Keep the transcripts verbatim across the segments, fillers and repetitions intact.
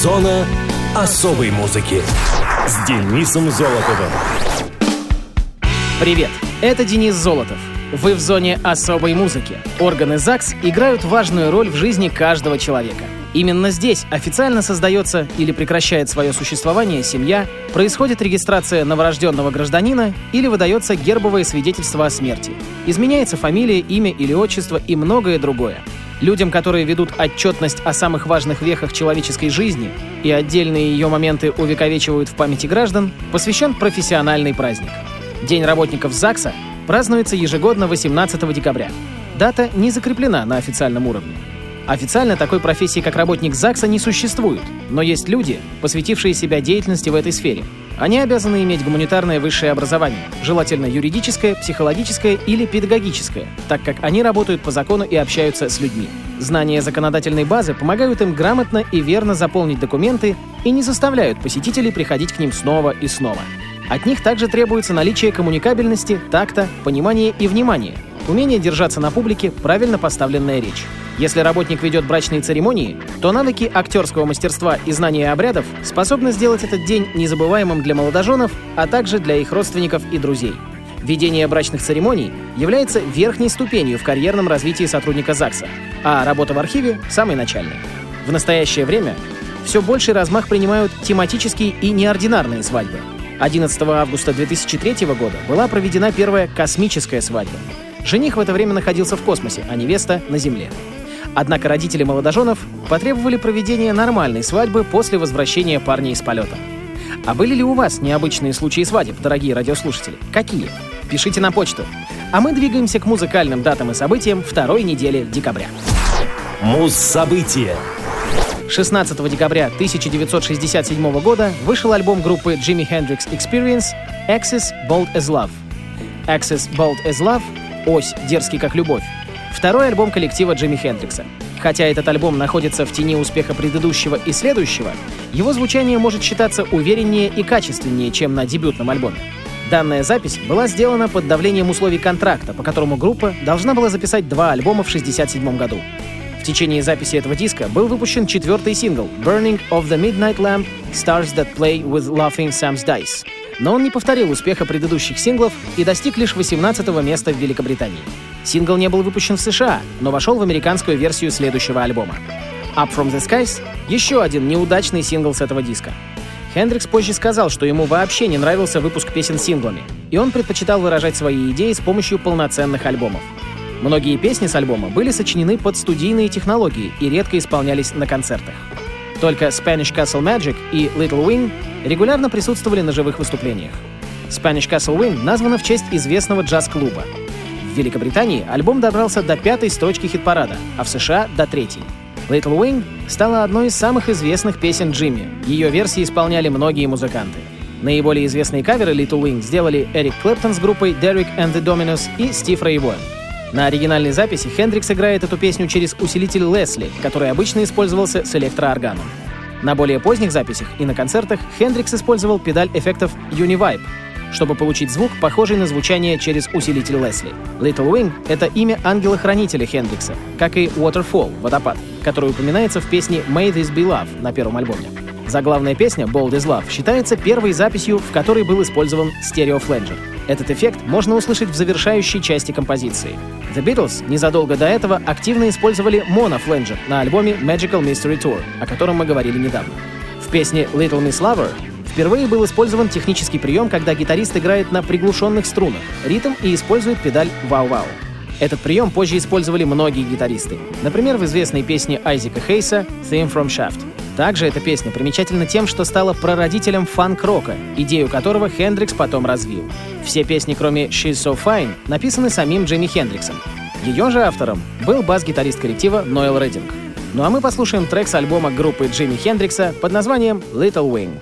Зона особой музыки с Денисом Золотовым. Привет, это Денис Золотов. Вы в зоне особой музыки. Органы ЗАГС играют важную роль в жизни каждого человека. Именно здесь официально создается или прекращает свое существование семья, происходит регистрация новорожденного гражданина или выдается гербовое свидетельство о смерти. Изменяется фамилия, имя или отчество и многое другое. Людям, которые ведут отчетность о самых важных вехах человеческой жизни и отдельные ее моменты увековечивают в памяти граждан, посвящен профессиональный праздник. День работников ЗАГСа празднуется ежегодно восемнадцатого декабря. Дата не закреплена на официальном уровне. Официально такой профессии, как работник ЗАГСа, не существует, но есть люди, посвятившие себя деятельности в этой сфере. Они обязаны иметь гуманитарное высшее образование, желательно юридическое, психологическое или педагогическое, так как они работают по закону и общаются с людьми. Знания законодательной базы помогают им грамотно и верно заполнить документы и не заставляют посетителей приходить к ним снова и снова. От них также требуется наличие коммуникабельности, такта, понимания и внимания, умение держаться на публике, правильно поставленная речь. Если работник ведет брачные церемонии, то навыки актерского мастерства и знания обрядов способны сделать этот день незабываемым для молодоженов, а также для их родственников и друзей. Ведение брачных церемоний является верхней ступенью в карьерном развитии сотрудника ЗАГСа, а работа в архиве – самой начальной. В настоящее время все больший размах принимают тематические и неординарные свадьбы. одиннадцатого августа две тысячи третьего года была проведена первая космическая свадьба. Жених в это время находился в космосе, а невеста — на Земле. Однако родители молодоженов потребовали проведения нормальной свадьбы после возвращения парня из полета. А были ли у вас необычные случаи свадеб, дорогие радиослушатели? Какие? Пишите на почту. А мы двигаемся к музыкальным датам и событиям второй недели декабря. Муз-события. шестнадцатого декабря тысяча девятьсот шестьдесят седьмого года вышел альбом группы Jimi Hendrix Experience «Axis Bold as Love». «Axis Bold as Love» — «Ось, дерзкий как любовь». Второй альбом коллектива Джимми Хендрикса. Хотя этот альбом находится в тени успеха предыдущего и следующего, его звучание может считаться увереннее и качественнее, чем на дебютном альбоме. Данная запись была сделана под давлением условий контракта, по которому группа должна была записать два альбома в шестьдесят седьмом году. В течение записи этого диска был выпущен четвертый сингл «Burning of the Midnight Lamp – Stars That Play with Laughing Sam's Dice». Но он не повторил успеха предыдущих синглов и достиг лишь восемнадцатого места в Великобритании. Сингл не был выпущен в США, но вошел в американскую версию следующего альбома. «Up From The Skies» — еще один неудачный сингл с этого диска. Хендрикс позже сказал, что ему вообще не нравился выпуск песен синглами, и он предпочитал выражать свои идеи с помощью полноценных альбомов. Многие песни с альбома были сочинены под студийные технологии и редко исполнялись на концертах. Только Spanish Castle Magic и Little Wing регулярно присутствовали на живых выступлениях. Spanish Castle Wing названа в честь известного джаз-клуба. В Великобритании альбом добрался до пятой строчки хит-парада, а в США — до третьей. Little Wing стала одной из самых известных песен Джимми. Ее версии исполняли многие музыканты. Наиболее известные каверы Little Wing сделали Эрик Клэптон с группой Derek and the Dominos и Стив Рэй Вон. На оригинальной записи Хендрикс играет эту песню через усилитель Лесли, который обычно использовался с электроорганом. На более поздних записях и на концертах Хендрикс использовал педаль эффектов Univibe, чтобы получить звук, похожий на звучание через усилитель Лесли. Little Wing — это имя ангела-хранителя Хендрикса, как и Waterfall — водопад, который упоминается в песне May This Be Love на первом альбоме. Заглавная песня Bold as Love считается первой записью, в которой был использован стереофленджер. Этот эффект можно услышать в завершающей части композиции. The Beatles незадолго до этого активно использовали монофленджер на альбоме Magical Mystery Tour, о котором мы говорили недавно. В песне Little Miss Lover впервые был использован технический прием, когда гитарист играет на приглушенных струнах ритм и использует педаль вау-вау. Этот прием позже использовали многие гитаристы, например, в известной песне Айзека Хейса «Theme from Shaft». Также эта песня примечательна тем, что стала прародителем фанк-рока, идею которого Хендрикс потом развил. Все песни, кроме «She's So Fine», написаны самим Джимми Хендриксом. Ее же автором был бас-гитарист коллектива Ноэл Реддинг. Ну а мы послушаем трек с альбома группы Джимми Хендрикса под названием «Little Wing».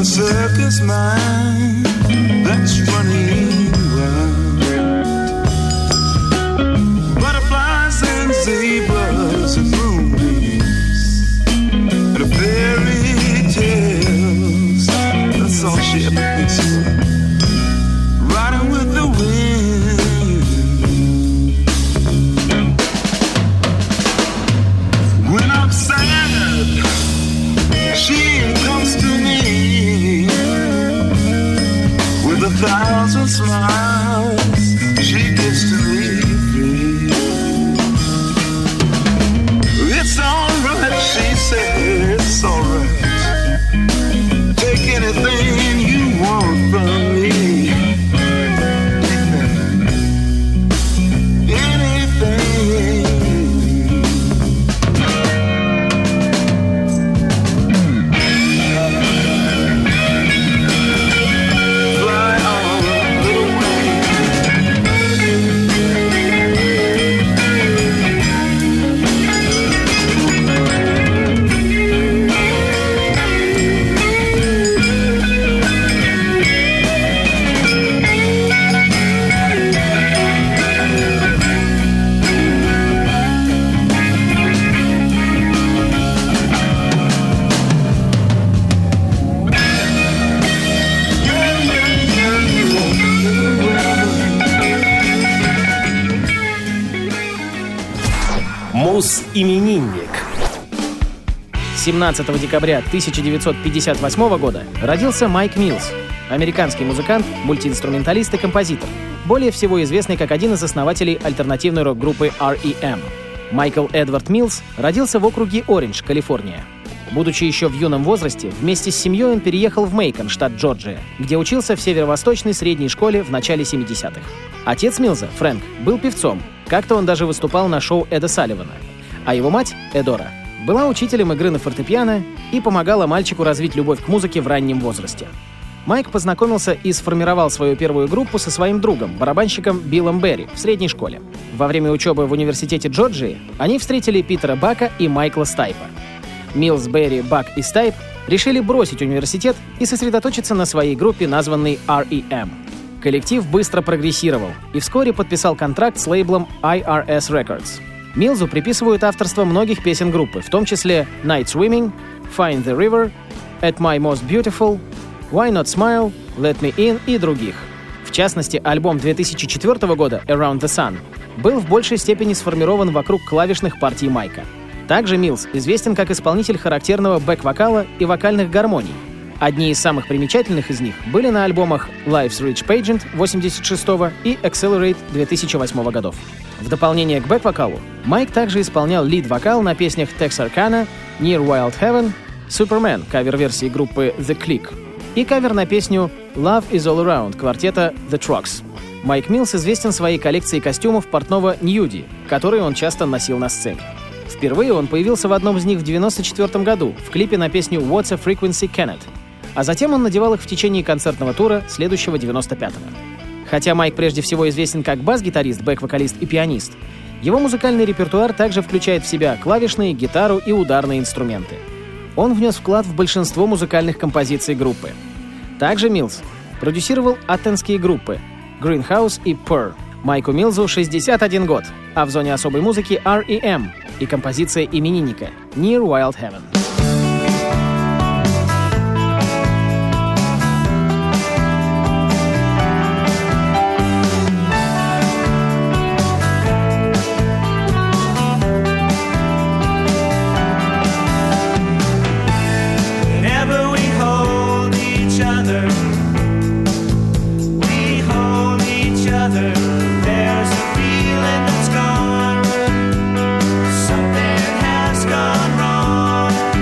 circus mind that's running wild. Butterflies and zebras and moonbeams and fairy tales. That's all she ever thinks of. Riding with the wind. When I'm sad, she comes to me with a thousand smiles. She gives to me free. It's alright, she said, it's alright. Take anything you want from me. Мус-именинник. семнадцатого декабря тысяча девятьсот пятьдесят восьмого года родился Майк Милс, американский музыкант, мультиинструменталист и композитор, более всего известный как один из основателей альтернативной рок-группы ар и эм. Майкл Эдвард Милс родился в округе Ориндж, Калифорния. Будучи еще в юном возрасте, вместе с семьей он переехал в Мейкон, штат Джорджия, где учился в северо-восточной средней школе в начале семидесятых. Отец Милза, Фрэнк, был певцом. Как-то он даже выступал на шоу Эда Салливана. А его мать, Эдора, была учителем игры на фортепиано и помогала мальчику развить любовь к музыке в раннем возрасте. Майк познакомился и сформировал свою первую группу со своим другом, барабанщиком Биллом Берри, в средней школе. Во время учебы в университете Джорджии они встретили Питера Бака и Майкла Стайпа. Милс, Берри, Бак и Стайп решили бросить университет и сосредоточиться на своей группе, названной ар и эм. Коллектив быстро прогрессировал и вскоре подписал контракт с лейблом ай ар эс Records. Милзу приписывают авторство многих песен группы, в том числе «Night Swimming», «Find the River», «At My Most Beautiful», «Why Not Smile», «Let Me In» и других. В частности, альбом две тысячи четвёртого года «Around the Sun» был в большей степени сформирован вокруг клавишных партий Майка. Также Милс известен как исполнитель характерного бэк-вокала и вокальных гармоний. Одни из самых примечательных из них были на альбомах «Life's Rich Pageant» восемьдесят шестого и «Accelerate» две тысячи восьмого годов. В дополнение к бэк-вокалу Майк также исполнял лид-вокал на песнях «Texarkana», «Near Wild Heaven», «Superman» кавер-версии группы «The Click» и кавер на песню «Love Is All Around» квартета «The Trucks». Майк Милс известен своей коллекцией костюмов портного Ньюди, которые он часто носил на сцене. Впервые он появился в одном из них в девяносто четвёртом году в клипе на песню «What's a Frequency Cannot», а затем он надевал их в течение концертного тура следующего девяносто пятого. Хотя Майк прежде всего известен как бас-гитарист, бэк-вокалист и пианист, его музыкальный репертуар также включает в себя клавишные, гитару и ударные инструменты. Он внес вклад в большинство музыкальных композиций группы. Также Милс продюсировал атенские группы Greenhouse и Purr. Майку Милзу шестьдесят один год, а в зоне особой музыки ар и эм и композиция именинника «Near Wild Heaven». Something has gone wrong.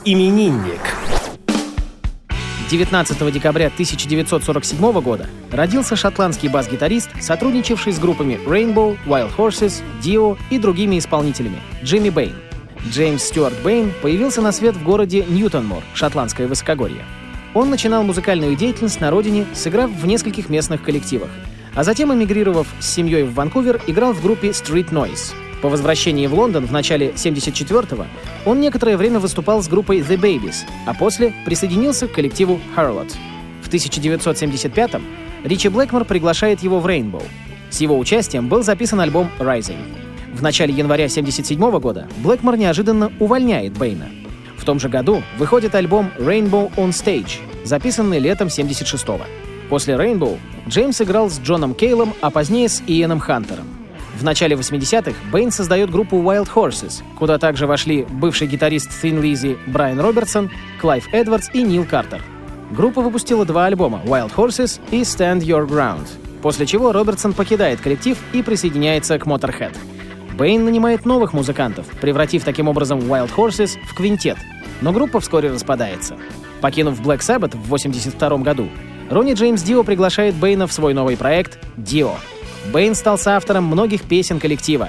Именинник. девятнадцатого декабря тысяча девятьсот сорок седьмого года родился шотландский бас-гитарист, сотрудничавший с группами Rainbow, Wild Horses, Dio и другими исполнителями — Джимми Бэйн. Джеймс Стюарт Бэйн появился на свет в городе Ньютон-Мор, шотландское высокогорье. Он начинал музыкальную деятельность на родине, сыграв в нескольких местных коллективах, а затем, эмигрировав с семьей в Ванкувер, играл в группе Street Noise. По возвращении в Лондон в начале семьдесят четвёртого он некоторое время выступал с группой The Babies, а после присоединился к коллективу Harlot. В тысяча девятьсот семьдесят пятом Ричи Блэкмор приглашает его в Rainbow. С его участием был записан альбом Rising. В начале января семьдесят седьмого года Блэкмор неожиданно увольняет Бэйна. В том же году выходит альбом Rainbow on Stage, записанный летом семьдесят шестого. После Rainbow Джеймс играл с Джоном Кейлом, а позднее с Иэном Хантером. В начале восьмидесятых Бэйн создает группу Wild Horses, куда также вошли бывший гитарист Thin Lizzy Брайан Робертсон, Клайв Эдвардс и Нил Картер. Группа выпустила два альбома Wild Horses и Stand Your Ground, после чего Робертсон покидает коллектив и присоединяется к Motorhead. Бэйн нанимает новых музыкантов, превратив таким образом Wild Horses в квинтет, но группа вскоре распадается. Покинув Black Sabbath в восемьдесят втором году, Ронни Джеймс Дио приглашает Бэйна в свой новый проект Dio. Бэйн стал соавтором многих песен коллектива.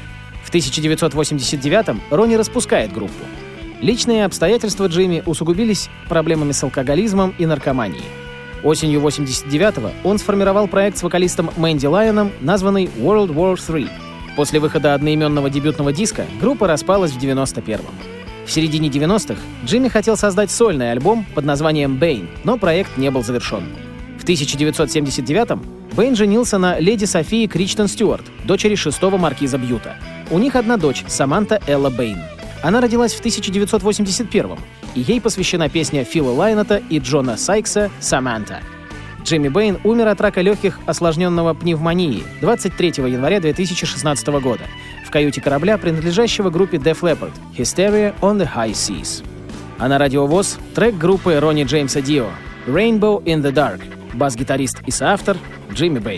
В тысяча девятьсот восемьдесят девятом Ронни распускает группу. Личные обстоятельства Джимми усугубились проблемами с алкоголизмом и наркоманией. Осенью восемьдесят девятого он сформировал проект с вокалистом Мэнди Лайоном, названный World War три. После выхода одноименного дебютного диска группа распалась в девяносто первом. В середине девяностых Джимми хотел создать сольный альбом под названием «Бэйн», но проект не был завершен. В тысяча девятьсот семьдесят девятом Бэйн женился на леди Софии Кричтон Стюарт, дочери шестого маркиза Бьюта. У них одна дочь, Саманта Элла Бэйн. Она родилась в тысяча девятьсот восемьдесят первом, и ей посвящена песня Фила Лайнета и Джона Сайкса «Саманта». Джимми Бэйн умер от рака легких, осложненного пневмонией, двадцать третьего января две тысячи шестнадцатого года в каюте корабля, принадлежащего группе Def Leppard «Hysteria on the High Seas». А на радио ВОС трек группы Ронни Джеймса Дио «Rainbow in the Dark», бас-гитарист и соавтор Джимми Бэйн.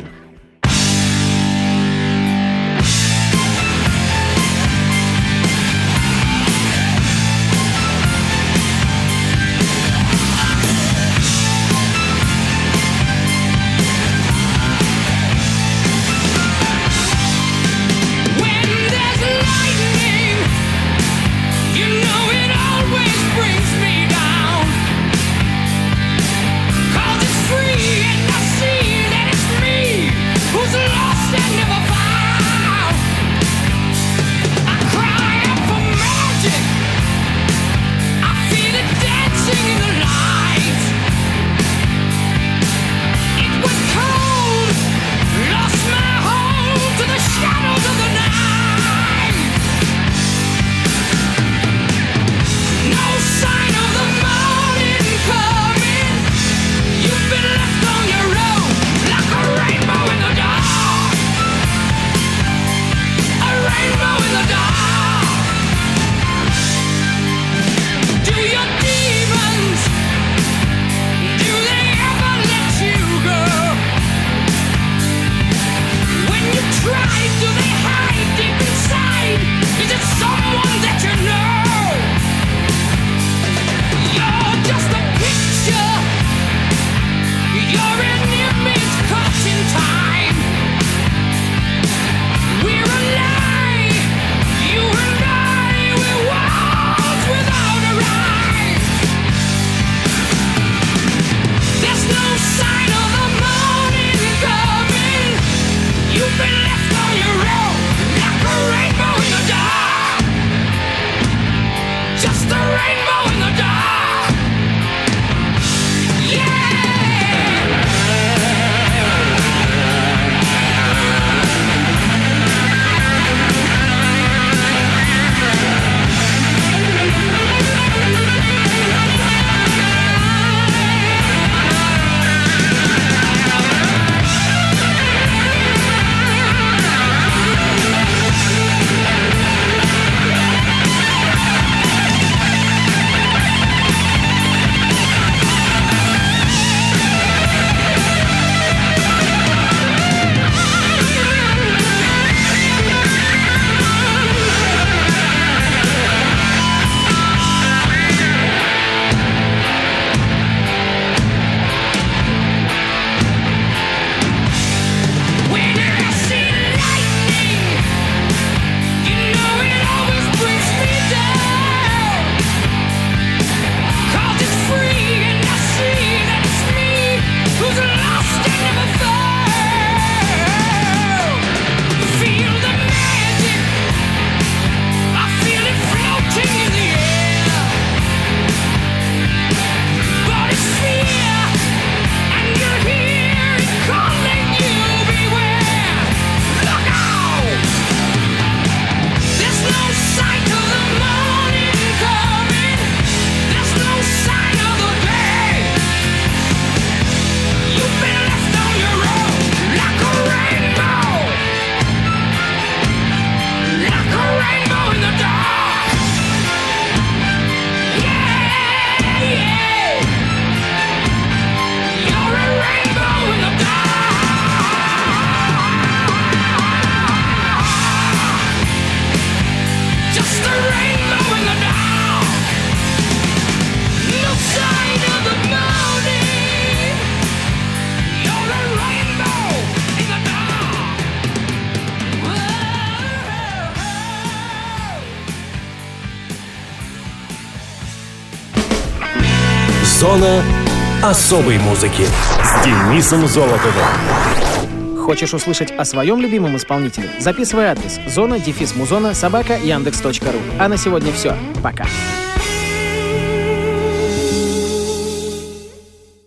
Зона особой музыки с Денисом Золотовым. Хочешь услышать о своем любимом исполнителе? Записывай адрес зона-музона собака яндекс точка ру. А на сегодня все. Пока.